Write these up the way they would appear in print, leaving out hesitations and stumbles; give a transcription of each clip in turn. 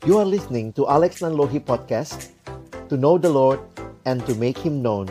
You are listening to Alex Nanlohi Podcast, to know the Lord and to make Him known.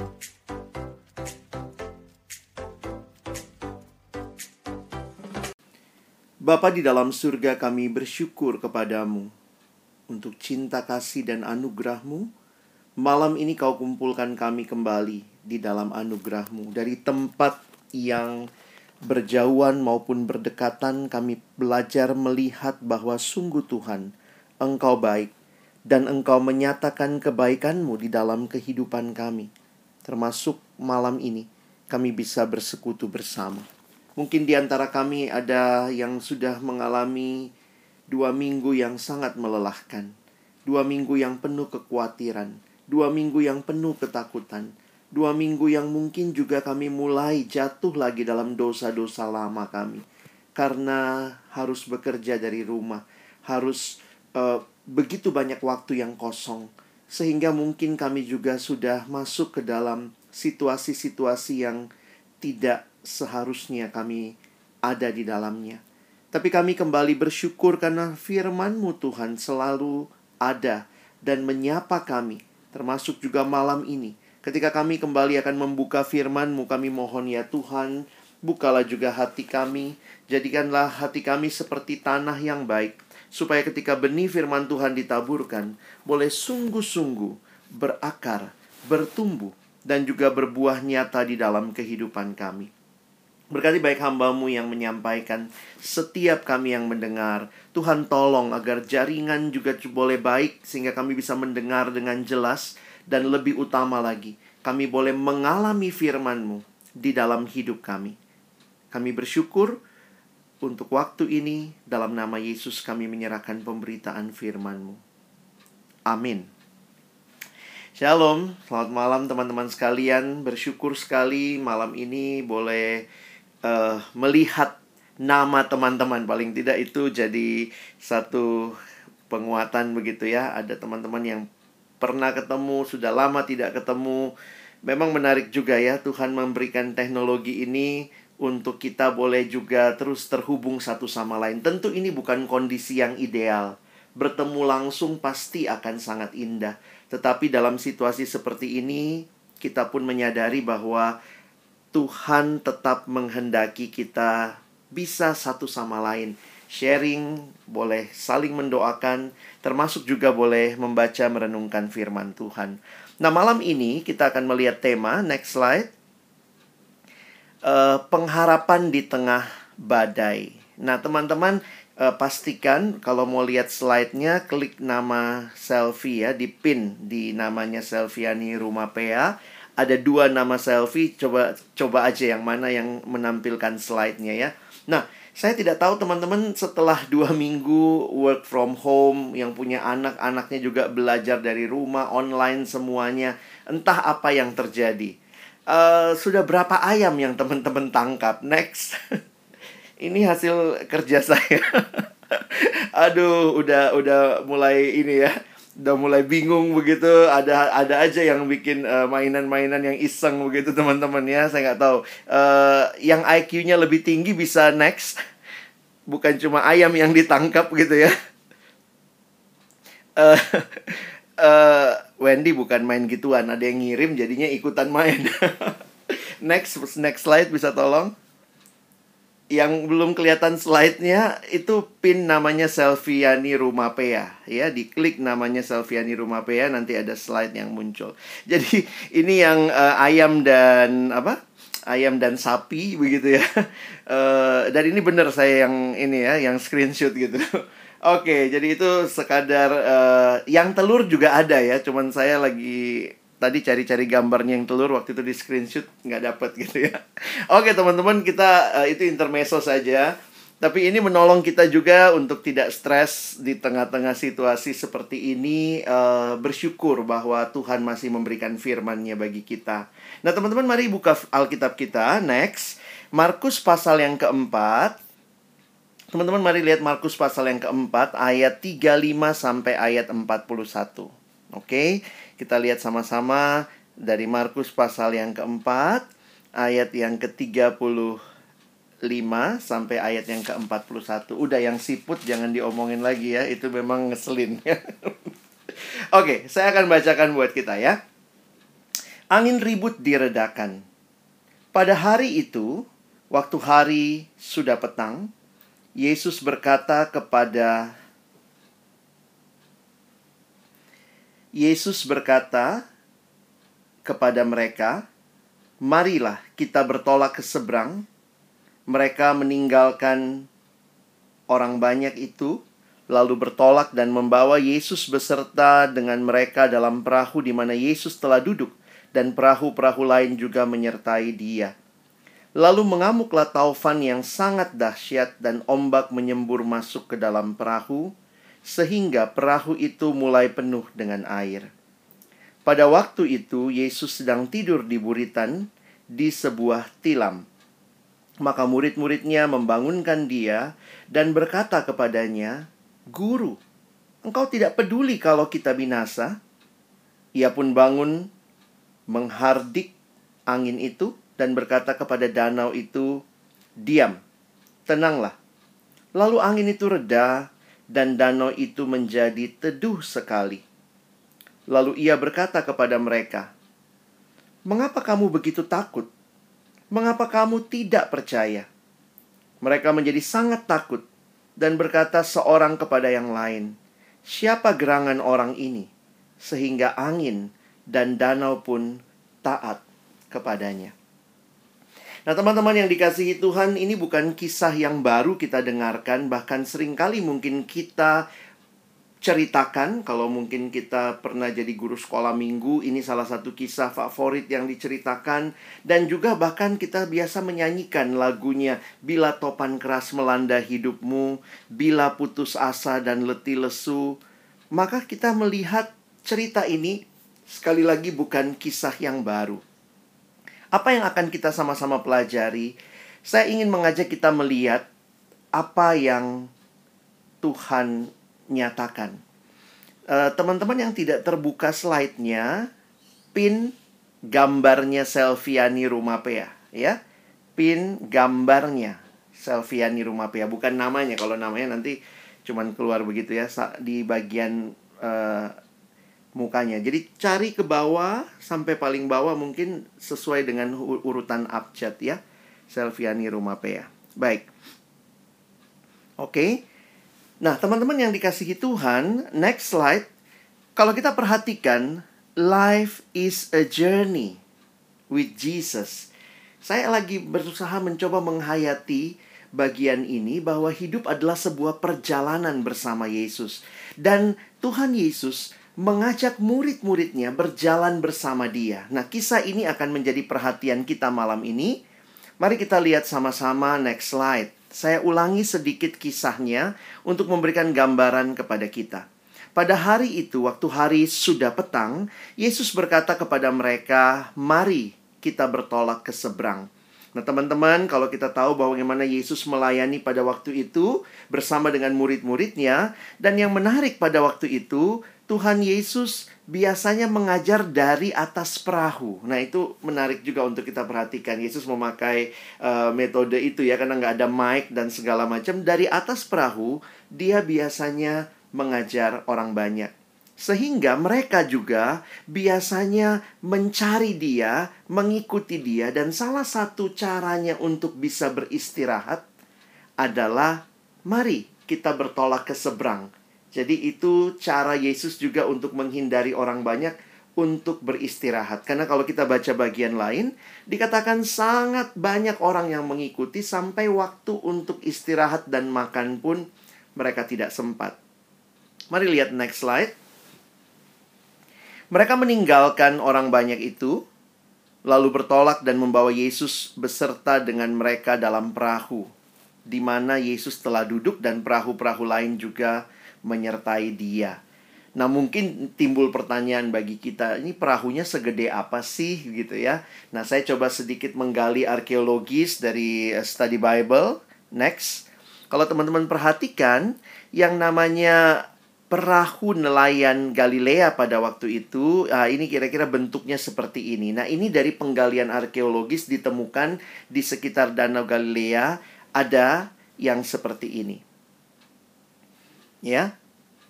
Bapa di dalam surga, kami bersyukur kepadamu untuk cinta kasih dan anugerah-Mu. Malam ini Kau kumpulkan kami kembali di dalam anugerah-Mu. Dari tempat yang berjauhan maupun berdekatan, kami belajar melihat bahwa sungguh Tuhan, Engkau baik, dan Engkau menyatakan kebaikan-Mu di dalam kehidupan kami. Termasuk malam ini, kami bisa bersekutu bersama. Mungkin di antara kami ada yang sudah mengalami 2 minggu yang sangat melelahkan, 2 minggu yang penuh kekhawatiran, 2 minggu yang penuh ketakutan, 2 minggu yang mungkin juga kami mulai jatuh lagi dalam dosa-dosa lama kami. Karena harus bekerja dari rumah, harus begitu banyak waktu yang kosong, sehingga mungkin kami juga sudah masuk ke dalam situasi-situasi yang tidak seharusnya kami ada di dalamnya. Tapi kami kembali bersyukur karena firman-Mu Tuhan selalu ada dan menyapa kami, termasuk juga malam ini. Ketika kami kembali akan membuka firman-Mu, kami mohon ya Tuhan, bukalah juga hati kami, jadikanlah hati kami seperti tanah yang baik, supaya ketika benih firman Tuhan ditaburkan, boleh sungguh-sungguh berakar, bertumbuh, dan juga berbuah nyata di dalam kehidupan kami. Berkati baik hamba-Mu yang menyampaikan, setiap kami yang mendengar. Tuhan tolong agar jaringan juga boleh baik, sehingga kami bisa mendengar dengan jelas. Dan lebih utama lagi, kami boleh mengalami firman-Mu di dalam hidup kami. Kami bersyukur untuk waktu ini. Dalam nama Yesus kami menyerahkan pemberitaan firman-Mu. Amin. Shalom, selamat malam teman-teman sekalian. Bersyukur sekali malam ini boleh melihat nama teman-teman. Paling tidak itu jadi satu penguatan begitu ya. Ada teman-teman yang pernah ketemu, sudah lama tidak ketemu. Memang menarik juga ya, Tuhan memberikan teknologi ini untuk kita boleh juga terus terhubung satu sama lain. Tentu ini bukan kondisi yang ideal. Bertemu langsung pasti akan sangat indah. Tetapi dalam situasi seperti ini, kita pun menyadari bahwa Tuhan tetap menghendaki kita bisa satu sama lain sharing, boleh saling mendoakan, termasuk juga boleh membaca merenungkan firman Tuhan. Nah, malam ini kita akan melihat tema, next slide, pengharapan di tengah badai. Nah, teman-teman pastikan kalau mau lihat slide-nya, klik nama Selfie ya, dipin di namanya Selviani Rumapea. Ada 2 nama Selfie, coba aja yang mana yang menampilkan slide-nya ya. Nah, saya tidak tahu teman-teman setelah 2 minggu work from home, yang punya anak-anaknya juga belajar dari rumah, online semuanya, entah apa yang terjadi. Sudah berapa ayam yang teman-teman tangkap? Next. Ini hasil kerja saya. Aduh, udah mulai ini ya. Udah mulai bingung begitu. Ada aja yang bikin mainan-mainan yang iseng begitu teman-teman ya. Saya nggak tahu. Yang IQ-nya lebih tinggi bisa next. Bukan cuma ayam yang ditangkap gitu ya. Wendy bukan main gituan. Ada yang ngirim jadinya ikutan main. Next slide bisa tolong. Yang belum kelihatan slide-nya itu pin namanya Selviani Rumapea ya, diklik namanya Selviani Rumapea, nanti ada slide yang muncul. Jadi ini yang ayam dan sapi begitu ya. Dan ini benar saya yang ini ya, yang screenshot gitu. Oke, jadi itu sekadar yang telur juga ada ya, cuman saya lagi tadi cari-cari gambarnya yang telur, waktu itu di screenshot nggak dapet gitu ya. Oke teman-teman, kita itu intermezzo saja. Tapi ini menolong kita juga untuk tidak stres di tengah-tengah situasi seperti ini. Bersyukur bahwa Tuhan masih memberikan firman-Nya bagi kita. Nah teman-teman, mari buka Alkitab kita. Next, Markus pasal yang keempat. Teman-teman mari lihat Markus pasal yang keempat, ayat 35 sampai ayat 41. Oke, kita lihat sama-sama dari Markus pasal yang keempat, ayat yang ke-35 5 sampai ayat yang ke-41. Udah, yang siput jangan diomongin lagi ya, itu memang ngeselin. Oke, saya akan bacakan buat kita ya. Angin ribut diredakan. Pada hari itu, waktu hari sudah petang, Yesus berkata kepada mereka, "Marilah kita bertolak ke seberang." Mereka meninggalkan orang banyak itu, lalu bertolak dan membawa Yesus beserta dengan mereka dalam perahu di mana Yesus telah duduk, dan perahu-perahu lain juga menyertai Dia. Lalu mengamuklah taufan yang sangat dahsyat, dan ombak menyembur masuk ke dalam perahu, sehingga perahu itu mulai penuh dengan air. Pada waktu itu, Yesus sedang tidur di buritan di sebuah tilam. Maka murid-muridnya membangunkan Dia dan berkata kepadanya, "Guru, engkau tidak peduli kalau kita binasa?" Ia pun bangun, menghardik angin itu, dan berkata kepada danau itu, "Diam, tenanglah." Lalu angin itu reda, dan danau itu menjadi teduh sekali. Lalu ia berkata kepada mereka, "Mengapa kamu begitu takut? Mengapa kamu tidak percaya?" Mereka menjadi sangat takut dan berkata seorang kepada yang lain, "Siapa gerangan orang ini, sehingga angin dan danau pun taat kepadanya?" Nah, teman-teman yang dikasihi Tuhan, ini bukan kisah yang baru kita dengarkan. Bahkan seringkali mungkin kita ceritakan. Kalau mungkin kita pernah jadi guru sekolah minggu, ini salah satu kisah favorit yang diceritakan. Dan juga bahkan kita biasa menyanyikan lagunya, "Bila topan keras melanda hidupmu, bila putus asa dan letih lesu." Maka kita melihat cerita ini sekali lagi bukan kisah yang baru. Apa yang akan kita sama-sama pelajari? Saya ingin mengajak kita melihat apa yang Tuhan nyatakan. Teman-teman yang tidak terbuka slide-nya, pin gambarnya Selviani Rumapea, ya. Pin gambarnya Selviani Rumapea, bukan namanya. Kalau namanya nanti cuman keluar begitu ya di bagian mukanya. Jadi cari ke bawah sampai paling bawah, mungkin sesuai dengan urutan abjad ya. Selviani Rumapea. Baik. Oke. Nah, teman-teman yang dikasihi Tuhan, next slide. Kalau kita perhatikan, life is a journey with Jesus. Saya lagi berusaha mencoba menghayati bagian ini, bahwa hidup adalah sebuah perjalanan bersama Yesus. Dan Tuhan Yesus mengajak murid-muridnya berjalan bersama Dia. Nah, kisah ini akan menjadi perhatian kita malam ini. Mari kita lihat sama-sama next slide. Saya ulangi sedikit kisahnya untuk memberikan gambaran kepada kita. Pada hari itu, waktu hari sudah petang, Yesus berkata kepada mereka, "Mari kita bertolak ke seberang." Nah, teman-teman, kalau kita tahu bagaimana Yesus melayani pada waktu itu bersama dengan murid-muridnya, dan yang menarik pada waktu itu, Tuhan Yesus biasanya mengajar dari atas perahu. Nah, itu menarik juga untuk kita perhatikan. Yesus memakai metode itu ya, karena nggak ada mic dan segala macam. Dari atas perahu, Dia biasanya mengajar orang banyak. Sehingga mereka juga biasanya mencari Dia, mengikuti Dia. Dan salah satu caranya untuk bisa beristirahat adalah, "Mari kita bertolak ke seberang." Jadi itu cara Yesus juga untuk menghindari orang banyak untuk beristirahat. Karena kalau kita baca bagian lain, dikatakan sangat banyak orang yang mengikuti sampai waktu untuk istirahat dan makan pun mereka tidak sempat. Mari lihat next slide. Mereka meninggalkan orang banyak itu, lalu bertolak dan membawa Yesus beserta dengan mereka dalam perahu, di mana Yesus telah duduk dan perahu-perahu lain juga menyertai Dia. Nah, mungkin timbul pertanyaan bagi kita, ini perahunya segede apa sih gitu ya. Nah, saya coba sedikit menggali arkeologis dari Study Bible. Next. Kalau teman-teman perhatikan, yang namanya perahu nelayan Galilea pada waktu itu, ini kira-kira bentuknya seperti ini. Nah, ini dari penggalian arkeologis ditemukan di sekitar Danau Galilea ada yang seperti ini. Ya.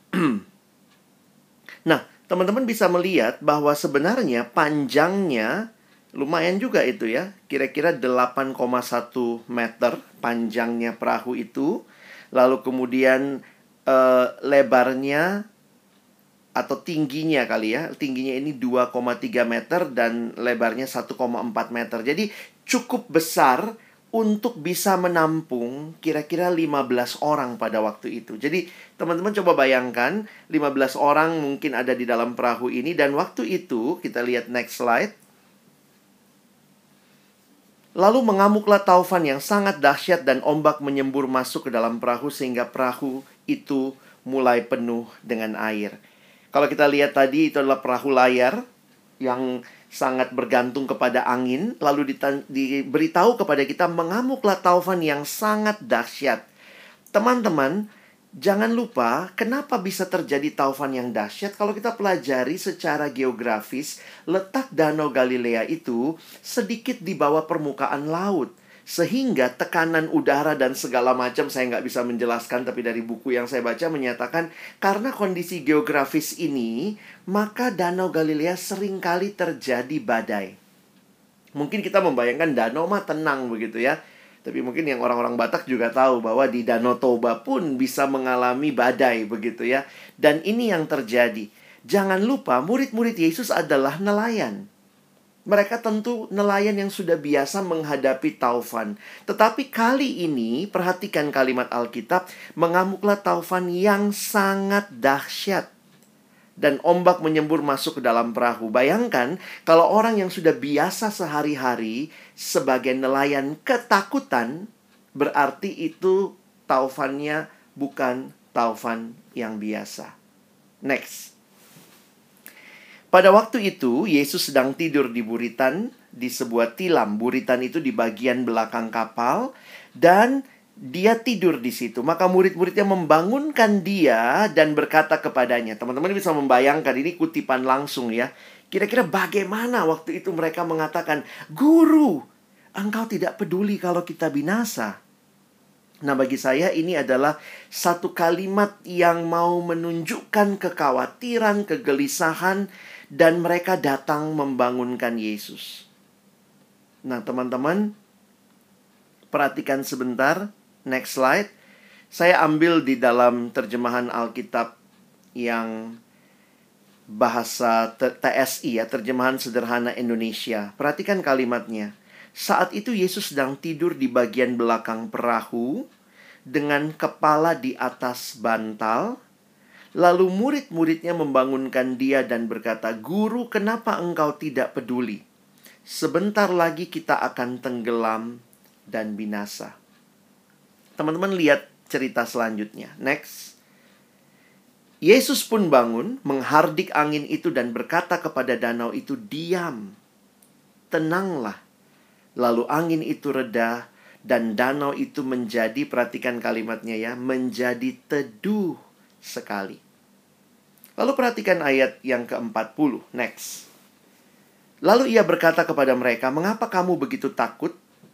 Nah, teman-teman bisa melihat bahwa sebenarnya panjangnya lumayan juga itu ya. Kira-kira 8,1 meter panjangnya perahu itu. Lalu kemudian lebarnya atau tingginya kali ya. Tingginya ini 2,3 meter dan lebarnya 1,4 meter. Jadi cukup besar untuk bisa menampung kira-kira 15 orang pada waktu itu. Jadi teman-teman coba bayangkan 15 orang mungkin ada di dalam perahu ini. Dan waktu itu, kita lihat next slide. Lalu mengamuklah taufan yang sangat dahsyat dan ombak menyembur masuk ke dalam perahu sehingga perahu itu mulai penuh dengan air. Kalau kita lihat tadi itu adalah perahu layar yang sangat bergantung kepada angin. Lalu diberitahu kepada kita mengamuklah taufan yang sangat dahsyat. Teman-teman, jangan lupa kenapa bisa terjadi taufan yang dahsyat. Kalau kita pelajari secara geografis, letak Danau Galilea itu sedikit di bawah permukaan laut. Sehingga tekanan udara dan segala macam saya nggak bisa menjelaskan. Tapi dari buku yang saya baca menyatakan karena kondisi geografis ini, maka Danau Galilea seringkali terjadi badai. Mungkin kita membayangkan danau mah tenang begitu ya. Tapi mungkin yang orang-orang Batak juga tahu bahwa di Danau Toba pun bisa mengalami badai begitu ya. Dan ini yang terjadi. Jangan lupa murid-murid Yesus adalah nelayan. Mereka tentu nelayan yang sudah biasa menghadapi taufan. Tetapi kali ini, perhatikan kalimat Alkitab, mengamuklah taufan yang sangat dahsyat. Dan ombak menyembur masuk ke dalam perahu. Bayangkan, kalau orang yang sudah biasa sehari-hari sebagai nelayan ketakutan, berarti itu taufannya bukan taufan yang biasa. Next. Pada waktu itu, Yesus sedang tidur di buritan di sebuah tilam. Buritan itu di bagian belakang kapal dan dia tidur di situ. Maka murid-muridnya membangunkan dia dan berkata kepadanya. Teman-teman bisa membayangkan, ini kutipan langsung ya. Kira-kira bagaimana waktu itu mereka mengatakan, "Guru, engkau tidak peduli kalau kita binasa." Nah, bagi saya ini adalah satu kalimat yang mau menunjukkan kekhawatiran, kegelisahan, dan mereka datang membangunkan Yesus. Nah, teman-teman, perhatikan sebentar. Next slide. Saya ambil di dalam terjemahan Alkitab yang bahasa TSI ya, terjemahan sederhana Indonesia. Perhatikan kalimatnya. Saat itu Yesus sedang tidur di bagian belakang perahu dengan kepala di atas bantal. Lalu murid-muridnya membangunkan dia dan berkata, "Guru, kenapa engkau tidak peduli? Sebentar lagi kita akan tenggelam dan binasa." Teman-teman lihat cerita selanjutnya. Next. Yesus pun bangun, menghardik angin itu dan berkata kepada danau itu, "Diam, tenanglah." Lalu angin itu reda dan danau itu menjadi, perhatikan kalimatnya ya, menjadi teduh sekali. Lalu perhatikan ayat yang ke-40. Next. Lalu ia berkata kepada mereka, "Mengapa kamu begitu takut?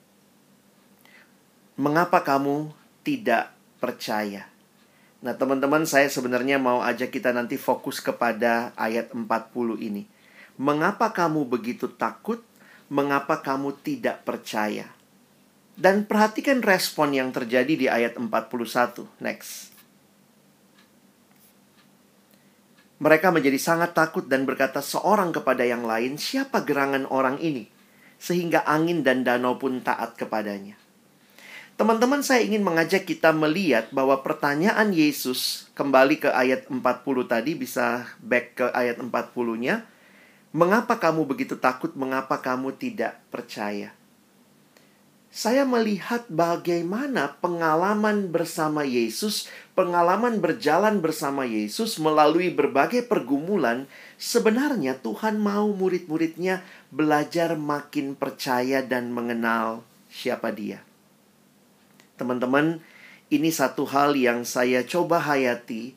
Mengapa kamu tidak percaya?" Nah, teman-teman, saya sebenarnya mau ajak kita nanti fokus kepada ayat 40 ini. Mengapa kamu begitu takut? Mengapa kamu tidak percaya? Dan perhatikan respon yang terjadi di ayat 41. Next. Mereka menjadi sangat takut dan berkata seorang kepada yang lain, "Siapa gerangan orang ini? Sehingga angin dan danau pun taat kepadanya." Teman-teman, saya ingin mengajak kita melihat bahwa pertanyaan Yesus, kembali ke ayat 40 tadi, bisa back ke ayat 40-nya. Mengapa kamu begitu takut? Mengapa kamu tidak percaya? Saya melihat bagaimana pengalaman bersama Yesus, pengalaman berjalan bersama Yesus melalui berbagai pergumulan. Sebenarnya Tuhan mau murid-muridnya belajar makin percaya dan mengenal siapa Dia. Teman-teman, ini satu hal yang saya coba hayati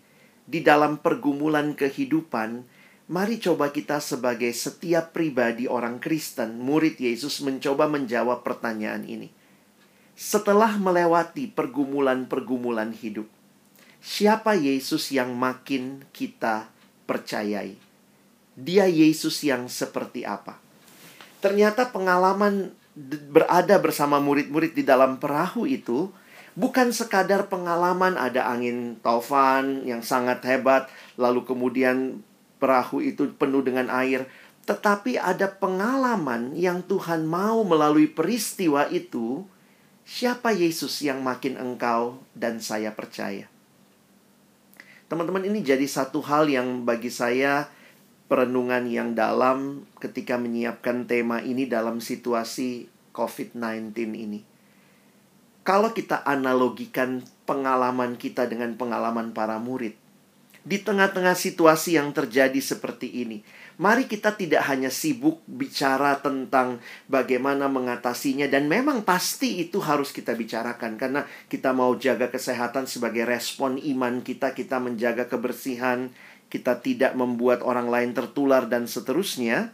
di dalam pergumulan kehidupan, mari coba kita sebagai setiap pribadi orang Kristen, murid Yesus, mencoba menjawab pertanyaan ini. Setelah melewati pergumulan-pergumulan hidup, siapa Yesus yang makin kita percayai? Dia Yesus yang seperti apa? Ternyata pengalaman berada bersama murid-murid di dalam perahu itu bukan sekadar pengalaman ada angin taufan yang sangat hebat, lalu kemudian perahu itu penuh dengan air. Tetapi ada pengalaman yang Tuhan mau melalui peristiwa itu. Siapa Yesus yang makin engkau dan saya percaya? Teman-teman, ini jadi satu hal yang bagi saya perenungan yang dalam ketika menyiapkan tema ini dalam situasi COVID-19 ini. Kalau kita analogikan pengalaman kita dengan pengalaman para murid, di tengah-tengah situasi yang terjadi seperti ini, mari kita tidak hanya sibuk bicara tentang bagaimana mengatasinya. Dan memang pasti itu harus kita bicarakan, karena kita mau jaga kesehatan sebagai respon iman kita. Kita menjaga kebersihan, kita tidak membuat orang lain tertular, dan seterusnya.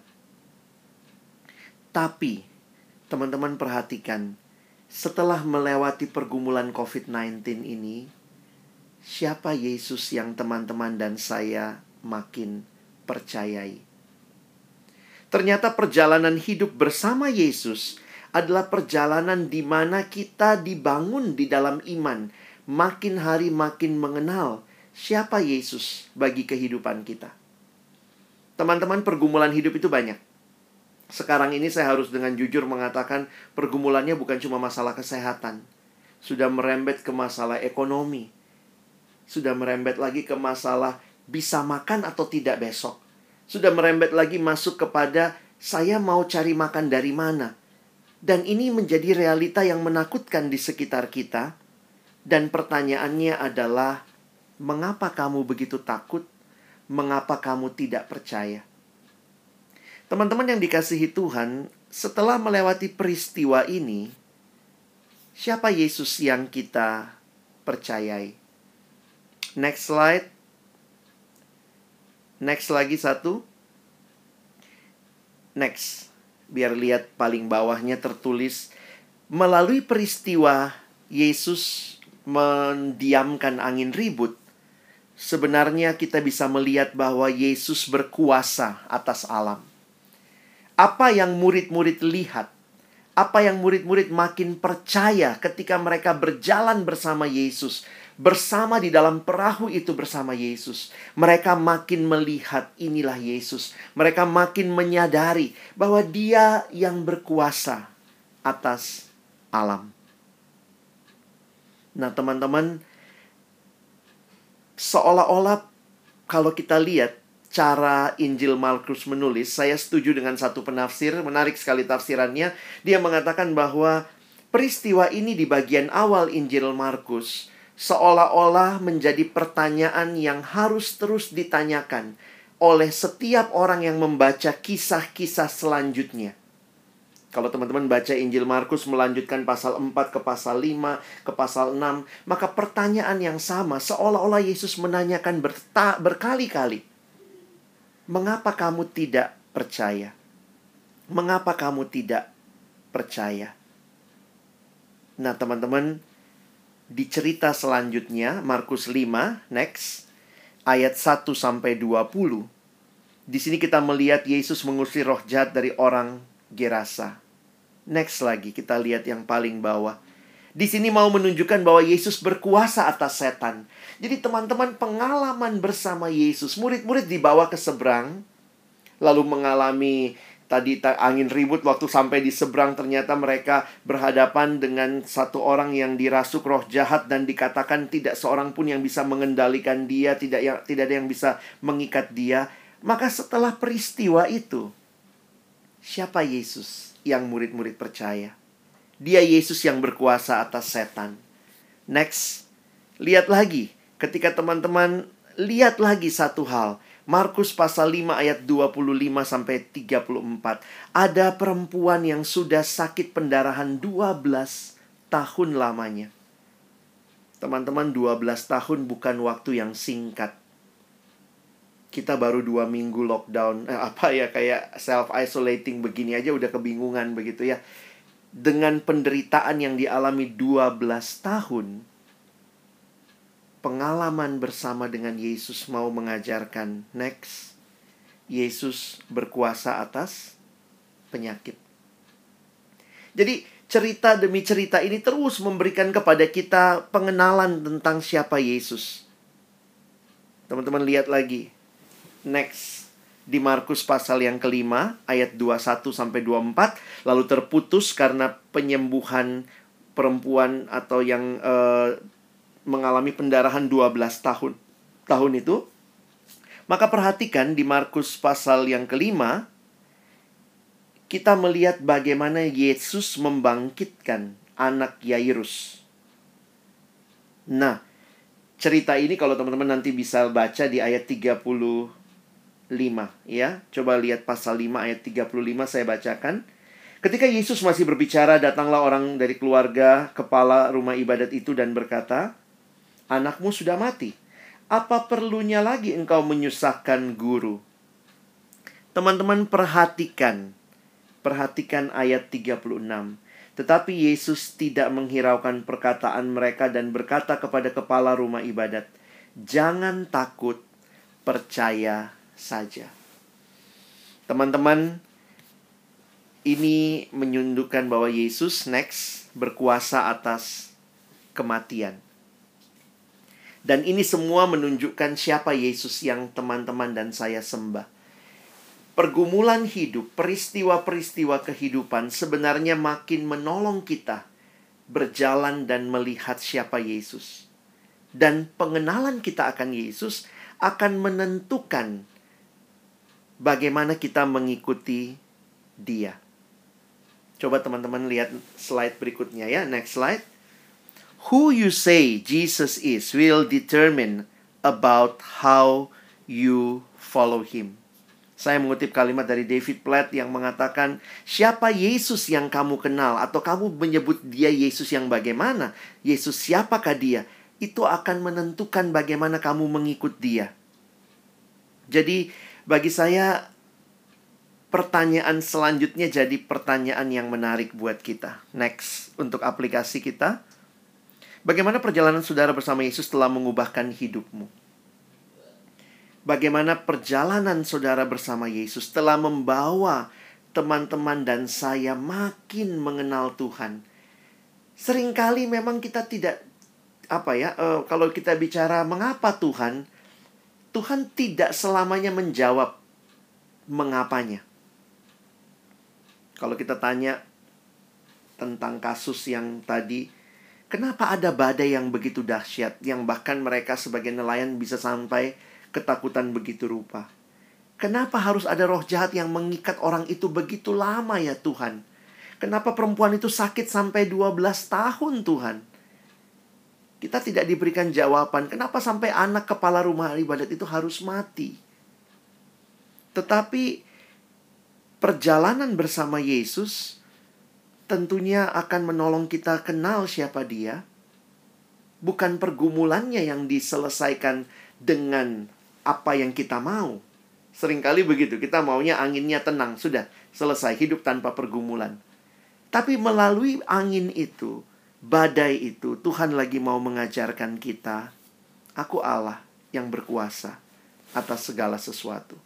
Tapi, teman-teman perhatikan, setelah melewati pergumulan COVID-19 ini, siapa Yesus yang teman-teman dan saya makin percayai? Ternyata perjalanan hidup bersama Yesus adalah perjalanan di mana kita dibangun di dalam iman, makin hari makin mengenal siapa Yesus bagi kehidupan kita. Teman-teman, pergumulan hidup itu banyak. Sekarang ini saya harus dengan jujur mengatakan pergumulannya bukan cuma masalah kesehatan. Sudah merembet ke masalah ekonomi. Sudah merembet lagi ke masalah bisa makan atau tidak besok. Sudah merembet lagi masuk kepada saya mau cari makan dari mana. Dan ini menjadi realita yang menakutkan di sekitar kita. Dan pertanyaannya adalah, mengapa kamu begitu takut? Mengapa kamu tidak percaya? Teman-teman yang dikasihi Tuhan, setelah melewati peristiwa ini, siapa Yesus yang kita percayai? Next slide. Next lagi satu. Next. Biar lihat paling bawahnya tertulis, melalui peristiwa Yesus mendiamkan angin ribut, sebenarnya kita bisa melihat bahwa Yesus berkuasa atas alam. Apa yang murid-murid lihat, apa yang murid-murid makin percaya ketika mereka berjalan bersama Yesus, bersama di dalam perahu itu bersama Yesus, mereka makin melihat inilah Yesus. Mereka makin menyadari bahwa Dia yang berkuasa atas alam. Nah, teman-teman, seolah-olah kalau kita lihat cara Injil Markus menulis, saya setuju dengan satu penafsir, menarik sekali tafsirannya. Dia mengatakan bahwa peristiwa ini di bagian awal Injil Markus seolah-olah menjadi pertanyaan yang harus terus ditanyakan oleh setiap orang yang membaca kisah-kisah selanjutnya. Kalau teman-teman baca Injil Markus melanjutkan pasal 4 ke pasal 5 ke pasal 6, maka pertanyaan yang sama seolah-olah Yesus menanyakan berkali-kali. Mengapa kamu tidak percaya? Mengapa kamu tidak percaya? Nah, teman-teman, di cerita selanjutnya, Markus 5, next, ayat 1 sampai 20. Di sini kita melihat Yesus mengusir roh jahat dari orang Gerasa. Next lagi, kita lihat yang paling bawah. Di sini mau menunjukkan bahwa Yesus berkuasa atas setan. Jadi teman-teman, pengalaman bersama Yesus, murid-murid dibawa ke seberang, lalu mengalami tadi angin ribut. Waktu sampai di seberang, ternyata mereka berhadapan dengan satu orang yang dirasuk roh jahat, dan dikatakan tidak seorang pun yang bisa mengendalikan dia, tidak ada yang bisa mengikat dia. Maka setelah peristiwa itu, siapa Yesus yang murid-murid percaya? Dia Yesus yang berkuasa atas setan. Next, lihat lagi. Ketika teman-teman lihat lagi satu hal, Markus pasal 5 ayat 25 sampai 34. Ada perempuan yang sudah sakit pendarahan 12 tahun lamanya. Teman-teman, 12 tahun bukan waktu yang singkat. Kita baru 2 minggu lockdown, kayak self-isolating begini aja udah kebingungan begitu ya. Dengan penderitaan yang dialami 12 tahun, pengalaman bersama dengan Yesus mau mengajarkan, next, Yesus berkuasa atas penyakit. Jadi cerita demi cerita ini terus memberikan kepada kita pengenalan tentang siapa Yesus. Teman-teman lihat lagi. Next, di Markus pasal yang kelima, ayat 21-24, lalu terputus karena penyembuhan perempuan atau yang mengalami pendarahan 12 tahun itu. Maka perhatikan di Markus pasal yang kelima, kita melihat bagaimana Yesus membangkitkan anak Yairus. Nah, cerita ini kalau teman-teman nanti bisa baca di ayat 35 ya. Coba lihat pasal 5 ayat 35 saya bacakan. Ketika Yesus masih berbicara, datanglah orang dari keluarga kepala rumah ibadat itu dan berkata, "Anakmu sudah mati. Apa perlunya lagi engkau menyusahkan guru?" Teman-teman perhatikan ayat 36. Tetapi Yesus tidak menghiraukan perkataan mereka dan berkata kepada kepala rumah ibadat, "Jangan takut, percaya saja." Teman-teman, ini menunjukkan bahwa Yesus next berkuasa atas kematian. Dan ini semua menunjukkan siapa Yesus yang teman-teman dan saya sembah. Pergumulan hidup, peristiwa-peristiwa kehidupan sebenarnya makin menolong kita berjalan dan melihat siapa Yesus. Dan pengenalan kita akan Yesus akan menentukan bagaimana kita mengikuti Dia. Coba teman-teman lihat slide berikutnya ya, next slide. Who you say Jesus is will determine about how you follow Him. Saya mengutip kalimat dari David Platt yang mengatakan, siapa Yesus yang kamu kenal? Atau kamu menyebut dia Yesus yang bagaimana? Yesus siapakah dia? Itu akan menentukan bagaimana kamu mengikut dia. Jadi bagi saya pertanyaan selanjutnya jadi pertanyaan yang menarik buat kita. Next, untuk aplikasi kita. Bagaimana perjalanan saudara bersama Yesus telah mengubahkan hidupmu? Bagaimana perjalanan saudara bersama Yesus telah membawa teman-teman dan saya makin mengenal Tuhan. Seringkali memang kita tidak, kalau kita bicara mengapa Tuhan tidak selamanya menjawab mengapanya. Kalau kita tanya tentang kasus yang tadi, kenapa ada badai yang begitu dahsyat, yang bahkan mereka sebagai nelayan bisa sampai ketakutan begitu rupa? Kenapa harus ada roh jahat yang mengikat orang itu begitu lama ya Tuhan? Kenapa perempuan itu sakit sampai 12 tahun Tuhan? Kita tidak diberikan jawaban. Kenapa sampai anak kepala rumah ibadat itu harus mati? Tetapi perjalanan bersama Yesus tentunya akan menolong kita kenal siapa Dia. Bukan pergumulannya yang diselesaikan dengan apa yang kita mau. Seringkali begitu, kita maunya anginnya tenang, sudah selesai, hidup tanpa pergumulan. Tapi melalui angin itu, badai itu, Tuhan lagi mau mengajarkan kita, aku Allah yang berkuasa atas segala sesuatu.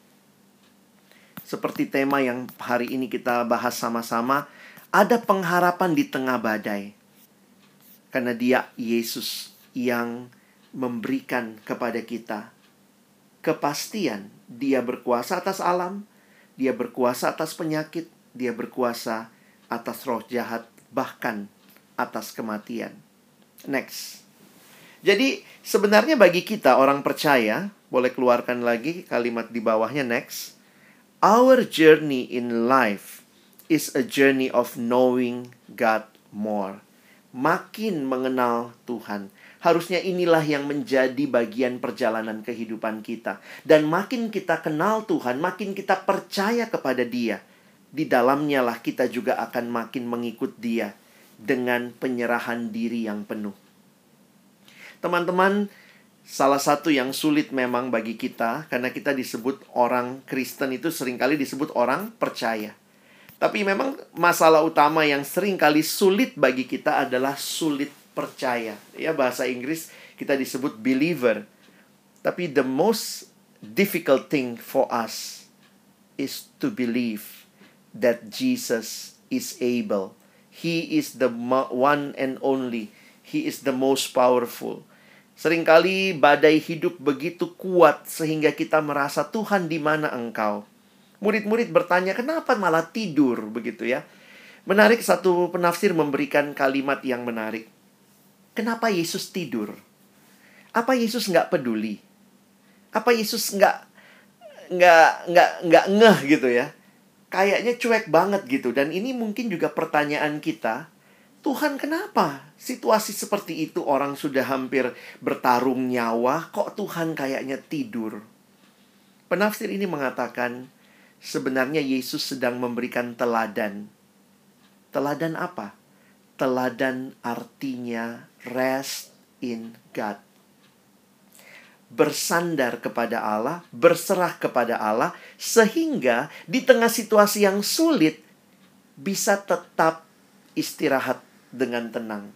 Seperti tema yang hari ini kita bahas sama-sama, ada pengharapan di tengah badai. Karena Dia, Yesus, yang memberikan kepada kita kepastian. Dia berkuasa atas alam, Dia berkuasa atas penyakit, Dia berkuasa atas roh jahat, bahkan atas kematian. Next. Jadi sebenarnya bagi kita orang percaya, boleh keluarkan lagi kalimat di bawahnya, next. Our journey in life is a journey of knowing God more. Makin mengenal Tuhan. Harusnya inilah yang menjadi bagian perjalanan kehidupan kita. Dan makin kita kenal Tuhan, makin kita percaya kepada Dia. Di dalamnya lah kita juga akan makin mengikut Dia dengan penyerahan diri yang penuh. Teman-teman, Salah satu yang sulit memang bagi kita, karena kita disebut orang Kristen itu seringkali disebut orang percaya. Tapi memang masalah utama yang seringkali sulit bagi kita adalah sulit percaya. Ya, bahasa Inggris kita disebut believer. Tapi the most difficult thing for us is to believe that Jesus is able. He is the one and only. He is the most powerful. Seringkali badai hidup begitu kuat sehingga kita merasa, Tuhan, di mana Engkau? Murid-murid bertanya, kenapa malah tidur begitu ya? Menarik, satu penafsir memberikan kalimat yang menarik. Kenapa Yesus tidur? Apa Yesus nggak peduli? Apa Yesus nggak ngeh gitu ya? Kayaknya cuek banget gitu. Dan ini mungkin juga pertanyaan kita. Tuhan, kenapa situasi seperti itu orang sudah hampir bertarung nyawa, kok Tuhan kayaknya tidur? Penafsir ini mengatakan, sebenarnya Yesus sedang memberikan teladan. Teladan apa? Teladan artinya rest in God. Bersandar kepada Allah, berserah kepada Allah, sehingga di tengah situasi yang sulit bisa tetap istirahat dengan tenang.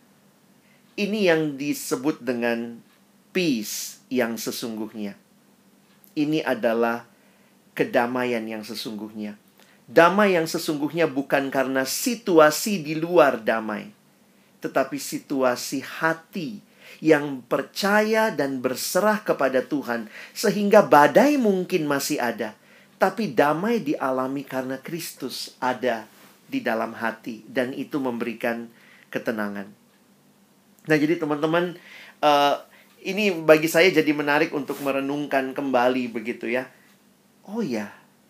Ini yang disebut dengan peace yang sesungguhnya. Ini adalah kedamaian yang sesungguhnya. Damai yang sesungguhnya bukan karena situasi di luar damai, tetapi situasi hati yang percaya dan berserah kepada Tuhan, sehingga badai mungkin masih ada, tapi damai dialami karena Kristus ada di dalam hati, dan itu memberikan ketenangan. Nah, jadi teman-teman, ini bagi saya jadi menarik untuk merenungkan kembali begitu ya. Oh ya,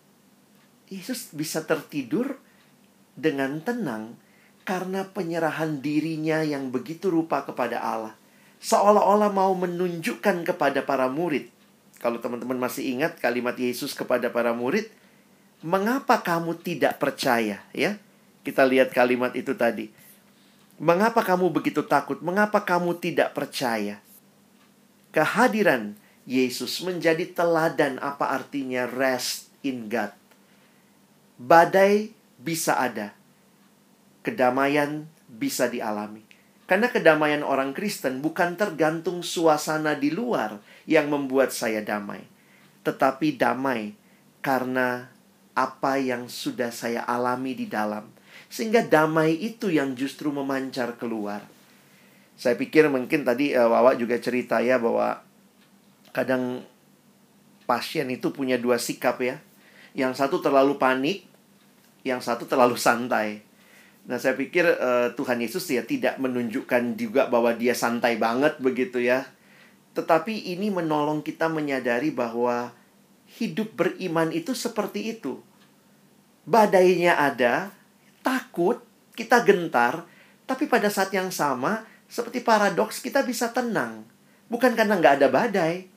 Yesus bisa tertidur dengan tenang karena penyerahan dirinya yang begitu rupa kepada Allah. Seolah-olah mau menunjukkan kepada para murid. Kalau teman-teman masih ingat kalimat Yesus kepada para murid, mengapa kamu tidak percaya? Ya, kita lihat kalimat itu tadi. Mengapa kamu begitu takut? Mengapa kamu tidak percaya? Kehadiran Yesus menjadi teladan apa artinya rest in God. Badai bisa ada, kedamaian bisa dialami. Karena kedamaian orang Kristen bukan tergantung suasana di luar yang membuat saya damai, tetapi damai karena apa yang sudah saya alami di dalam. Sehingga damai itu yang justru memancar keluar. Saya pikir mungkin tadi Wawa juga cerita ya, bahwa kadang pasien itu punya dua sikap ya. Yang satu terlalu panik, yang satu terlalu santai. Nah, saya pikir Tuhan Yesus ya tidak menunjukkan juga bahwa dia santai banget begitu ya. Tetapi ini menolong kita menyadari bahwa hidup beriman itu seperti itu. Badainya ada, takut, kita gentar, tapi pada saat yang sama, seperti paradoks, kita bisa tenang. Bukan karena nggak ada badai.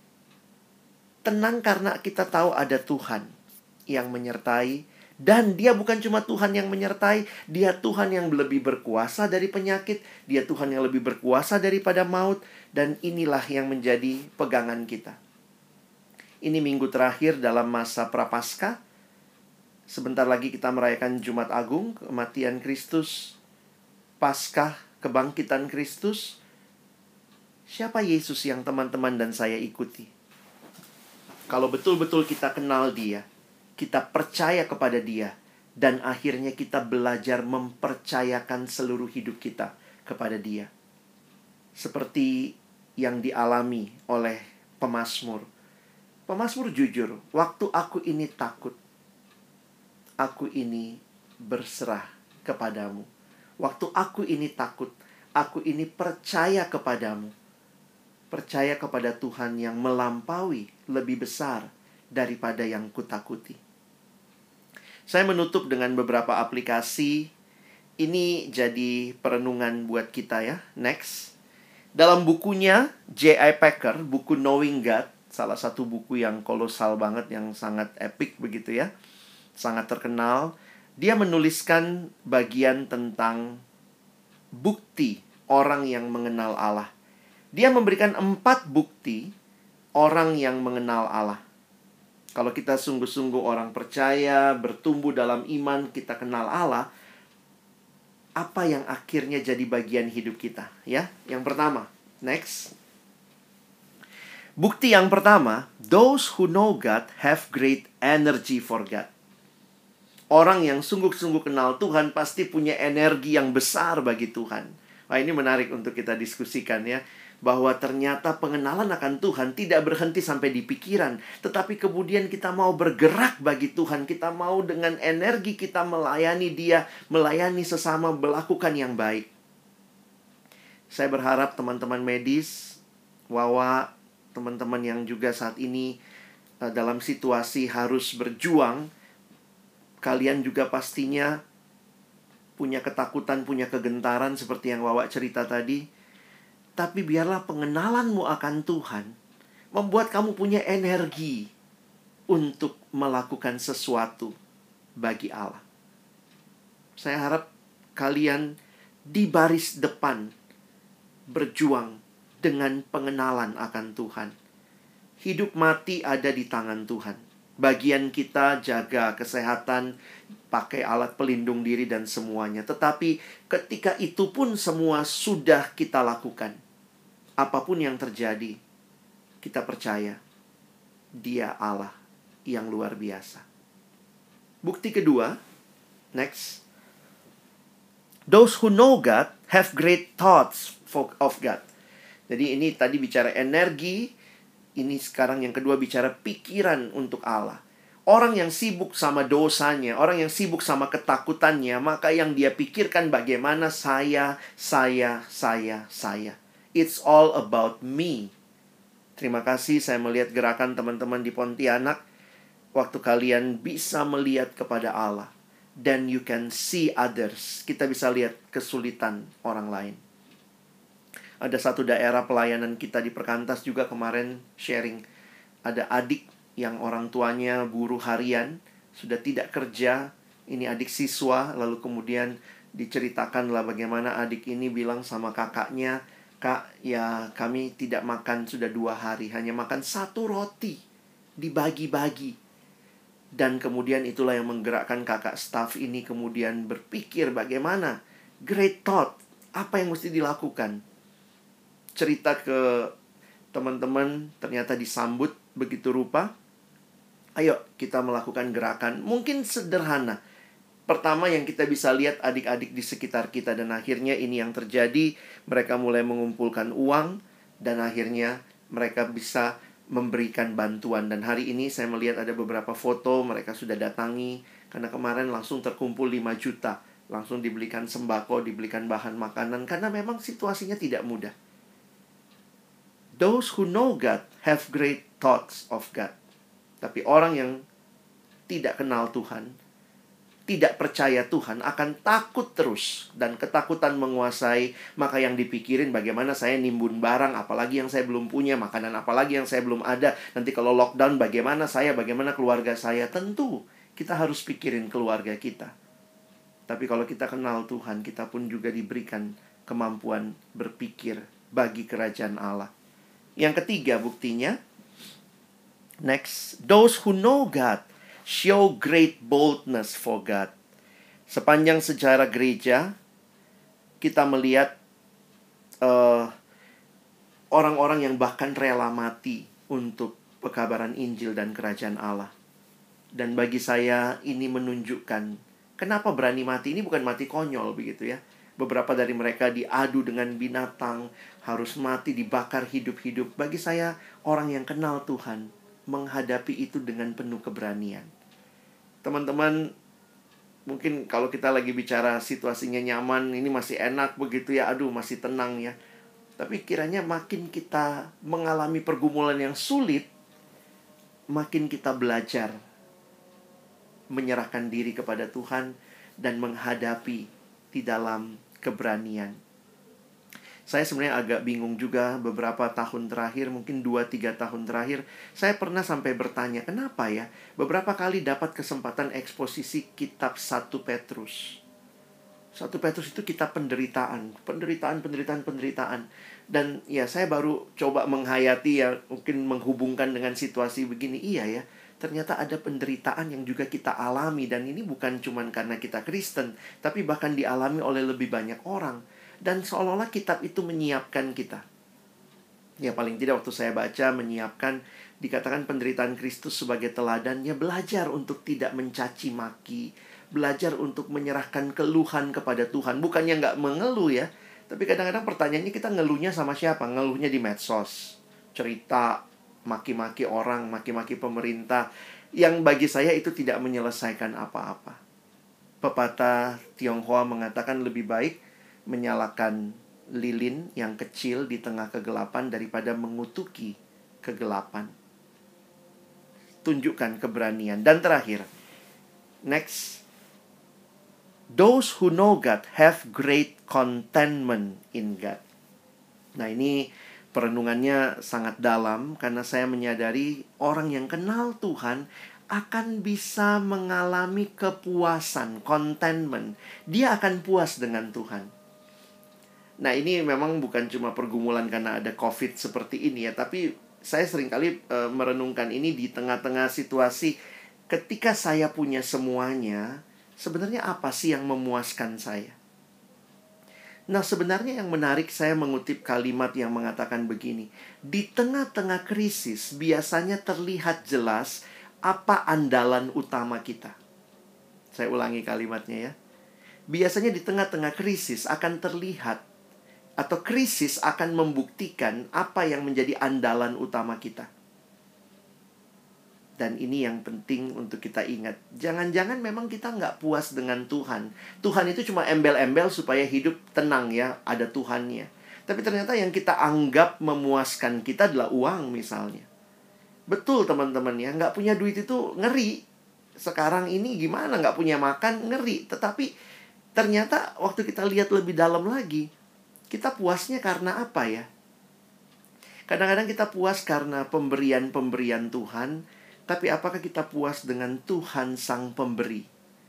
Tenang karena kita tahu ada Tuhan yang menyertai. Dan dia bukan cuma Tuhan yang menyertai, dia Tuhan yang lebih berkuasa dari penyakit, dia Tuhan yang lebih berkuasa daripada maut. Dan inilah yang menjadi pegangan kita. Ini minggu terakhir dalam masa Prapaskah. Sebentar lagi kita merayakan Jumat Agung, kematian Kristus, Paskah, kebangkitan Kristus. Siapa Yesus yang teman-teman dan saya ikuti? Kalau betul-betul kita kenal dia, kita percaya kepada dia, dan akhirnya kita belajar mempercayakan seluruh hidup kita kepada dia. Seperti yang dialami oleh pemazmur. Pemazmur jujur, waktu aku ini takut, aku ini berserah kepadamu. Waktu aku ini takut, aku ini percaya kepadamu. Percaya kepada Tuhan yang melampaui, lebih besar daripada yang kutakuti. Saya menutup dengan beberapa aplikasi. Ini jadi perenungan buat kita ya. Next. Dalam bukunya J.I. Packer, buku Knowing God, salah satu buku yang kolosal banget, yang sangat epic begitu ya, sangat terkenal. Dia menuliskan bagian tentang bukti orang yang mengenal Allah. Dia memberikan 4 bukti orang yang mengenal Allah. Kalau kita sungguh-sungguh orang percaya, bertumbuh dalam iman, kita kenal Allah, apa yang akhirnya jadi bagian hidup kita, ya? Yang pertama, next. Bukti yang pertama, those who know God have great energy for God. Orang yang sungguh-sungguh kenal Tuhan pasti punya energi yang besar bagi Tuhan. Wah, ini menarik untuk kita diskusikan, ya. Bahwa ternyata pengenalan akan Tuhan tidak berhenti sampai di pikiran, tetapi kemudian kita mau bergerak bagi Tuhan. Kita mau dengan energi kita melayani Dia, melayani sesama, melakukan yang baik. Saya berharap teman-teman medis, Wawa, teman-teman yang juga saat ini dalam situasi harus berjuang, kalian juga pastinya punya ketakutan, punya kegentaran seperti yang Wawa cerita tadi. Tapi biarlah pengenalanmu akan Tuhan membuat kamu punya energi untuk melakukan sesuatu bagi Allah. Saya harap kalian di baris depan berjuang dengan pengenalan akan Tuhan. Hidup mati ada di tangan Tuhan. Bagian kita jaga kesehatan, pakai alat pelindung diri dan semuanya. Tetapi ketika itu pun semua sudah kita lakukan, apapun yang terjadi, kita percaya Dia Allah yang luar biasa. Bukti kedua, next. Those who know God have great thoughts of God. Jadi ini tadi bicara energi, ini sekarang yang kedua bicara pikiran untuk Allah. Orang yang sibuk sama dosanya, orang yang sibuk sama ketakutannya, maka yang dia pikirkan bagaimana saya. It's all about me. Terima kasih saya melihat gerakan teman-teman di Pontianak. Waktu kalian bisa melihat kepada Allah, then you can see others. Kita bisa lihat kesulitan orang lain. Ada satu daerah pelayanan kita di Perkantas juga kemarin sharing. Ada adik yang orang tuanya buruh harian, sudah tidak kerja. Ini adik siswa, lalu kemudian diceritakanlah bagaimana adik ini bilang sama kakaknya, "Kak, ya kami tidak makan sudah 2 hari, hanya makan 1 roti, dibagi-bagi." Dan kemudian itulah yang menggerakkan kakak staff ini kemudian berpikir bagaimana, great thought, apa yang mesti dilakukan. Cerita ke teman-teman, ternyata disambut begitu rupa. Ayo kita melakukan gerakan, mungkin sederhana. Pertama yang kita bisa lihat adik-adik di sekitar kita, dan akhirnya ini yang terjadi. Mereka mulai mengumpulkan uang, dan akhirnya mereka bisa memberikan bantuan. Dan hari ini saya melihat ada beberapa foto mereka sudah datangi, karena kemarin langsung terkumpul 5 juta. Langsung dibelikan sembako, dibelikan bahan makanan, karena memang situasinya tidak mudah. Those who know God have great thoughts of God. Tapi orang yang tidak kenal Tuhan, tidak percaya Tuhan, akan takut terus. Dan ketakutan menguasai. Maka yang dipikirin bagaimana saya nimbun barang, apalagi yang saya belum punya, makanan apalagi yang saya belum ada. Nanti kalau lockdown bagaimana saya, bagaimana keluarga saya. Tentu kita harus pikirin keluarga kita. Tapi kalau kita kenal Tuhan, kita pun juga diberikan kemampuan berpikir bagi kerajaan Allah. Yang ketiga buktinya, next, those who know God show great boldness for God. Sepanjang sejarah gereja, kita melihat orang-orang yang bahkan rela mati untuk pekabaran Injil dan kerajaan Allah. Dan bagi saya ini menunjukkan kenapa berani mati. Ini bukan mati konyol begitu ya. Beberapa dari mereka diadu dengan binatang, harus mati, dibakar hidup-hidup. Bagi saya, orang yang kenal Tuhan menghadapi itu dengan penuh keberanian. Teman-teman, mungkin kalau kita lagi bicara situasinya nyaman, ini masih enak begitu ya, aduh masih tenang ya. Tapi kiranya makin kita mengalami pergumulan yang sulit, makin kita belajar menyerahkan diri kepada Tuhan dan menghadapi di dalam keberanian. Saya sebenarnya agak bingung juga beberapa tahun terakhir, mungkin 2-3 tahun terakhir, saya pernah sampai bertanya, kenapa ya beberapa kali dapat kesempatan eksposisi kitab 1 Petrus. 1 Petrus itu kitab penderitaan. Dan ya saya baru coba menghayati ya, mungkin menghubungkan dengan situasi begini. Iya ya, ternyata ada penderitaan yang juga kita alami. Dan ini bukan cuma karena kita Kristen, tapi bahkan dialami oleh lebih banyak orang. Dan seolah-olah kitab itu menyiapkan kita. Ya paling tidak waktu saya baca menyiapkan, dikatakan penderitaan Kristus sebagai teladan. Ya belajar untuk tidak mencaci maki, belajar untuk menyerahkan keluhan kepada Tuhan. Bukannya nggak mengeluh ya, tapi kadang-kadang pertanyaannya kita ngeluhnya sama siapa? Ngeluhnya di medsos, cerita, maki-maki orang, maki-maki pemerintah, yang bagi saya itu tidak menyelesaikan apa-apa. Pepatah Tionghoa mengatakan lebih baik menyalakan lilin yang kecil di tengah kegelapan daripada mengutuki kegelapan. Tunjukkan keberanian. Dan terakhir, next, those who know God have great contentment in God. Nah ini perenungannya sangat dalam, karena saya menyadari orang yang kenal Tuhan akan bisa mengalami kepuasan, contentment. Dia akan puas dengan Tuhan. Nah ini memang bukan cuma pergumulan karena ada COVID seperti ini ya, tapi saya seringkali merenungkan ini di tengah-tengah situasi ketika saya punya semuanya. Sebenarnya apa sih yang memuaskan saya? Nah sebenarnya yang menarik, saya mengutip kalimat yang mengatakan begini. Di tengah-tengah krisis biasanya terlihat jelas apa andalan utama kita. Saya ulangi kalimatnya ya. Biasanya di tengah-tengah krisis akan terlihat, atau krisis akan membuktikan apa yang menjadi andalan utama kita. Dan ini yang penting untuk kita ingat. Jangan-jangan memang kita nggak puas dengan Tuhan. Tuhan itu cuma embel-embel supaya hidup tenang ya, ada Tuhannya. Tapi ternyata yang kita anggap memuaskan kita adalah uang misalnya. Betul teman-teman ya, nggak punya duit itu ngeri. Sekarang ini gimana, nggak punya makan, ngeri. Tetapi ternyata waktu kita lihat lebih dalam lagi, kita puasnya karena apa ya? Kadang-kadang kita puas karena pemberian-pemberian Tuhan. Tapi apakah kita puas dengan Tuhan Sang Pemberi?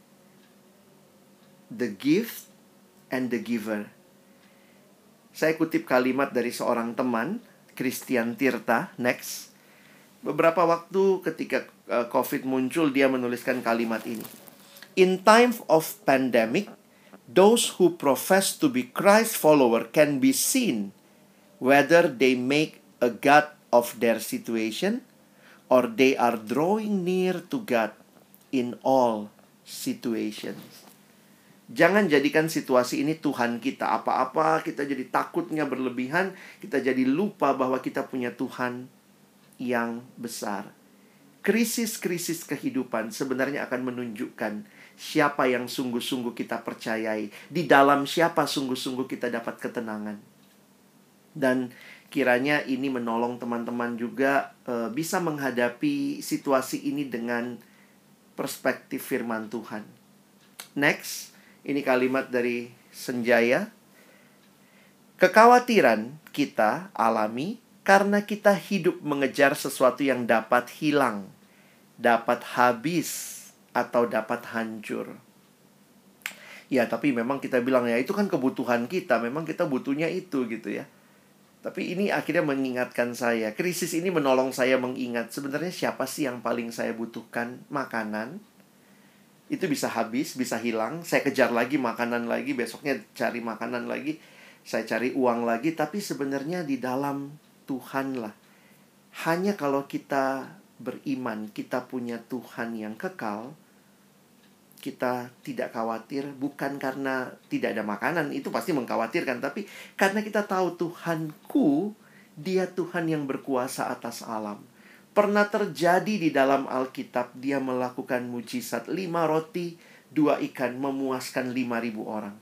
The gift and the giver. Saya kutip kalimat dari seorang teman, Christian Tirta, next. Beberapa waktu ketika COVID muncul, dia menuliskan kalimat ini. In time of pandemic, those who profess to be Christ follower can be seen whether they make a god of their situation or they are drawing near to God in all situations. Jangan jadikan situasi ini Tuhan kita. Apa-apa kita jadi takutnya berlebihan, kita jadi lupa bahwa kita punya Tuhan yang besar. Krisis-krisis kehidupan sebenarnya akan menunjukkan siapa yang sungguh-sungguh kita percayai. Di dalam siapa sungguh-sungguh kita dapat ketenangan. Dan kiranya ini menolong teman-teman juga bisa menghadapi situasi ini dengan perspektif firman Tuhan. Next, ini kalimat dari Senjaya. Kekhawatiran kita alami karena kita hidup mengejar sesuatu yang dapat hilang, dapat habis, atau dapat hancur. Ya, tapi memang kita bilang ya itu kan kebutuhan kita, memang kita butuhnya itu gitu ya. Tapi ini akhirnya mengingatkan saya. Krisis ini menolong saya mengingat sebenarnya siapa sih yang paling saya butuhkan. Makanan itu bisa habis, bisa hilang. Saya kejar lagi makanan lagi, besoknya cari makanan lagi, saya cari uang lagi. Tapi sebenarnya di dalam Tuhan lah. Hanya kalau kita beriman, kita punya Tuhan yang kekal, kita tidak khawatir. Bukan karena tidak ada makanan, itu pasti mengkhawatirkan. Tapi karena kita tahu Tuhanku, Dia Tuhan yang berkuasa atas alam. Pernah terjadi di dalam Alkitab, Dia melakukan mujizat 5 roti, 2 ikan, memuaskan 5.000 orang.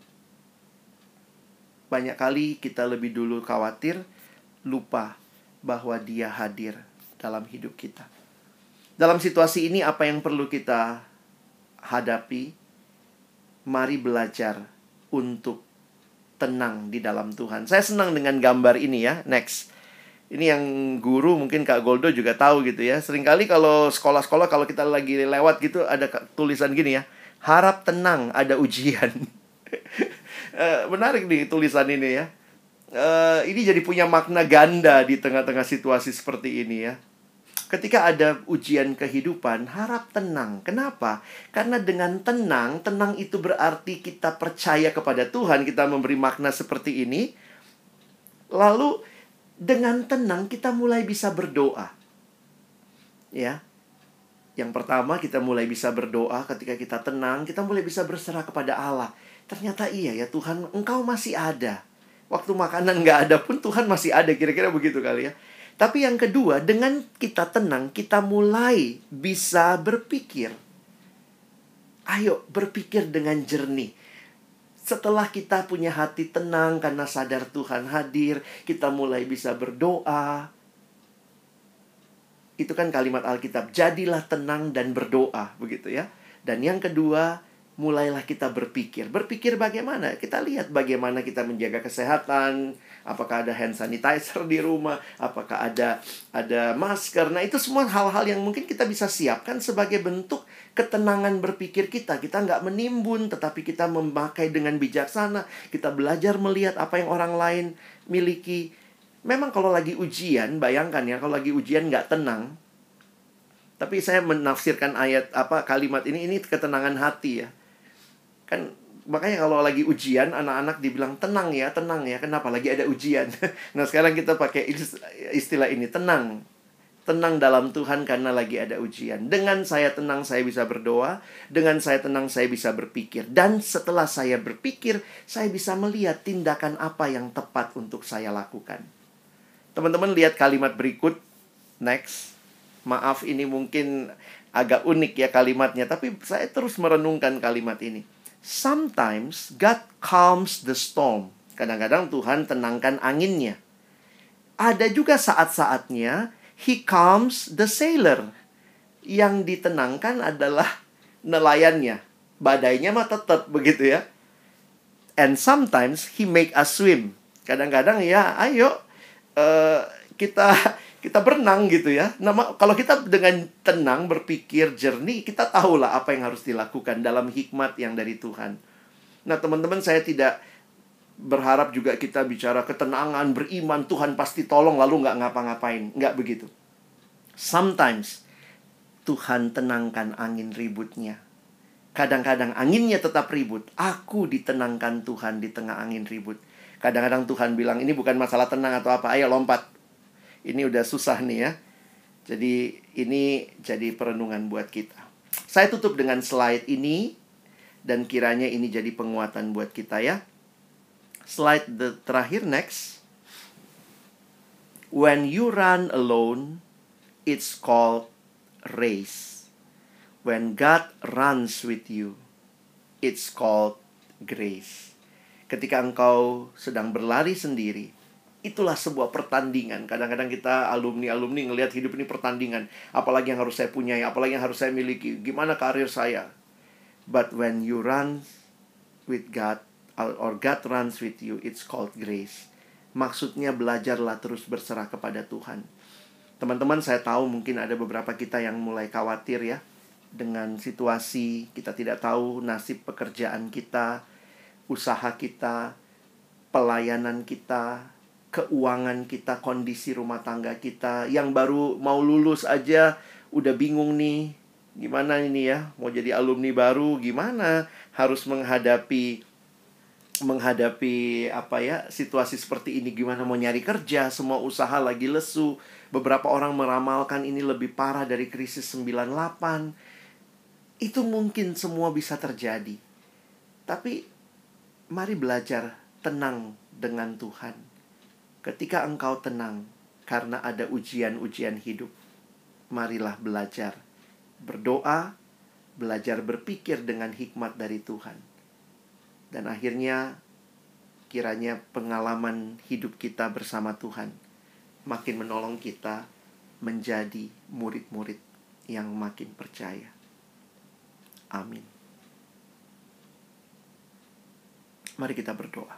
Banyak kali kita lebih dulu khawatir, lupa bahwa Dia hadir dalam hidup kita. Dalam situasi ini apa yang perlu kita hadapi? Mari belajar untuk tenang di dalam Tuhan. Saya senang dengan gambar ini ya. Next. Ini yang guru mungkin Kak Goldo juga tahu gitu ya. Seringkali kalau sekolah-sekolah, kalau kita lagi lewat gitu, ada tulisan gini ya. Harap tenang, ada ujian. Menarik nih tulisan ini ya. Ini jadi punya makna ganda di tengah-tengah situasi seperti ini ya. Ketika ada ujian kehidupan, harap tenang. Kenapa? Karena dengan tenang, tenang itu berarti kita percaya kepada Tuhan, kita memberi makna seperti ini. Lalu dengan tenang kita mulai bisa berdoa. Ya. Yang pertama, kita mulai bisa berdoa. Ketika kita tenang, kita mulai bisa berserah kepada Allah. Ternyata iya ya Tuhan, Engkau masih ada. Waktu makanan nggak ada pun Tuhan masih ada. Kira-kira begitu kali ya. Tapi yang kedua, dengan kita tenang, kita mulai bisa berpikir. Ayo berpikir dengan jernih. Setelah kita punya hati tenang karena sadar Tuhan hadir, kita mulai bisa berdoa. Itu kan kalimat Alkitab, jadilah tenang dan berdoa, begitu ya. Dan yang kedua, mulailah kita berpikir. Berpikir bagaimana? Kita lihat bagaimana kita menjaga kesehatan. Apakah ada hand sanitizer di rumah? Apakah ada masker? Nah, itu semua hal-hal yang mungkin kita bisa siapkan sebagai bentuk ketenangan berpikir kita. Kita nggak menimbun, tetapi kita memakai dengan bijaksana. Kita belajar melihat apa yang orang lain miliki. Memang kalau lagi ujian, bayangkan ya, kalau lagi ujian nggak tenang. Tapi saya menafsirkan kalimat ini ketenangan hati ya. Kan makanya kalau lagi ujian, anak-anak dibilang tenang ya. Kenapa? Lagi ada ujian. Nah, sekarang kita pakai istilah ini, tenang. Tenang dalam Tuhan karena lagi ada ujian. Dengan saya tenang, saya bisa berdoa. Dengan saya tenang, saya bisa berpikir. Dan setelah saya berpikir, saya bisa melihat tindakan apa yang tepat untuk saya lakukan. Teman-teman lihat kalimat berikut. Next. Maaf, ini mungkin agak unik ya kalimatnya. Tapi saya terus merenungkan kalimat ini. Sometimes God calms the storm. Kadang-kadang Tuhan tenangkan anginnya. Ada juga saat-saatnya He calms the sailor. Yang ditenangkan adalah nelayannya. Badainya mah tetap begitu ya. And sometimes He make us swim. Kadang-kadang ya ayo kita berenang gitu ya. Nah, kalau kita dengan tenang berpikir jernih, kita tahulah apa yang harus dilakukan dalam hikmat yang dari Tuhan. Nah, teman-teman, saya tidak berharap juga kita bicara ketenangan, beriman, Tuhan pasti tolong lalu nggak ngapa-ngapain. Nggak begitu. Sometimes Tuhan tenangkan angin ributnya. Kadang-kadang anginnya tetap ribut. Aku ditenangkan Tuhan di tengah angin ribut. Kadang-kadang Tuhan bilang, ini bukan masalah tenang atau apa, ayo lompat. Ini udah susah nih ya. Jadi ini jadi perenungan buat kita. Saya tutup dengan slide ini. Dan kiranya ini jadi penguatan buat kita ya. Slide terakhir, next. When you run alone, it's called race. When God runs with you, it's called grace. Ketika engkau sedang berlari sendiri, itulah sebuah pertandingan. Kadang-kadang kita alumni ngelihat hidup ini pertandingan. Apalagi yang harus saya punyai, apalagi yang harus saya miliki. Gimana karir saya? But when you run with God, or God runs with you, it's called grace. Maksudnya belajarlah terus berserah kepada Tuhan. Teman-teman, saya tahu mungkin ada beberapa kita yang mulai khawatir ya. Dengan situasi, kita tidak tahu nasib pekerjaan kita, usaha kita, pelayanan kita, keuangan kita, kondisi rumah tangga kita. Yang baru mau lulus aja udah bingung nih. Gimana ini ya? Mau jadi alumni baru, gimana? Harus menghadapi situasi seperti ini. Gimana mau nyari kerja? Semua usaha lagi lesu. Beberapa orang meramalkan ini lebih parah dari krisis 98. Itu mungkin semua bisa terjadi. Tapi mari belajar tenang dengan Tuhan. Ketika engkau tenang karena ada ujian-ujian hidup, marilah belajar berdoa, belajar berpikir dengan hikmat dari Tuhan. Dan akhirnya kiranya pengalaman hidup kita bersama Tuhan makin menolong kita menjadi murid-murid yang makin percaya. Amin. Mari kita berdoa.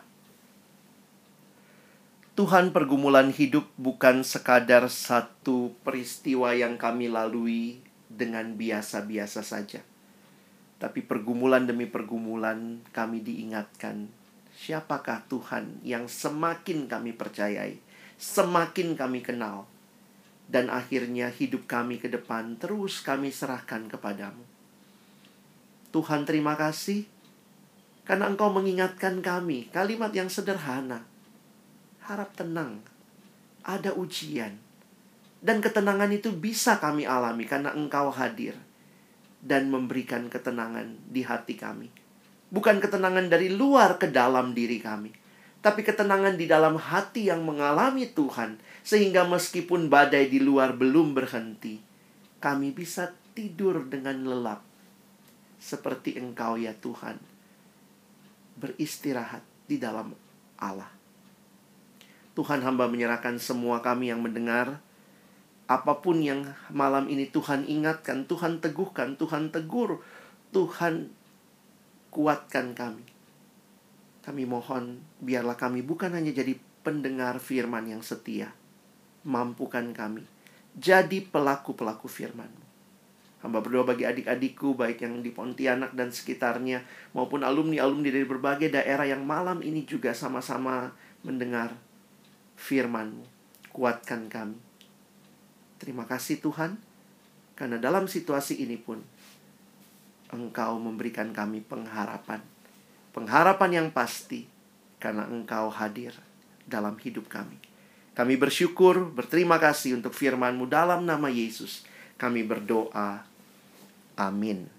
Tuhan, pergumulan hidup bukan sekadar satu peristiwa yang kami lalui dengan biasa-biasa saja. Tapi pergumulan demi pergumulan kami diingatkan, siapakah Tuhan yang semakin kami percayai, semakin kami kenal. Dan akhirnya hidup kami ke depan terus kami serahkan kepadamu. Tuhan, terima kasih karena Engkau mengingatkan kami kalimat yang sederhana. Harap tenang, ada ujian. Dan ketenangan itu bisa kami alami karena Engkau hadir dan memberikan ketenangan di hati kami. Bukan ketenangan dari luar ke dalam diri kami, tapi ketenangan di dalam hati yang mengalami Tuhan. Sehingga meskipun badai di luar belum berhenti, kami bisa tidur dengan lelap. Seperti Engkau ya Tuhan, beristirahat di dalam Allah. Tuhan, hamba menyerahkan semua kami yang mendengar. Apapun yang malam ini Tuhan ingatkan, Tuhan teguhkan, Tuhan tegur, Tuhan kuatkan kami. Kami mohon, biarlah kami bukan hanya jadi pendengar firman yang setia. Mampukan kami jadi pelaku-pelaku firman-Mu. Hamba berdoa bagi adik-adikku, baik yang di Pontianak dan sekitarnya, maupun alumni-alumni dari berbagai daerah yang malam ini juga sama-sama mendengar firman-Mu. Kuatkan kami. Terima kasih Tuhan, karena dalam situasi ini pun Engkau memberikan kami pengharapan. Pengharapan yang pasti, karena Engkau hadir dalam hidup kami. Kami bersyukur, berterima kasih untuk firman-Mu dalam nama Yesus. Kami berdoa. Amin.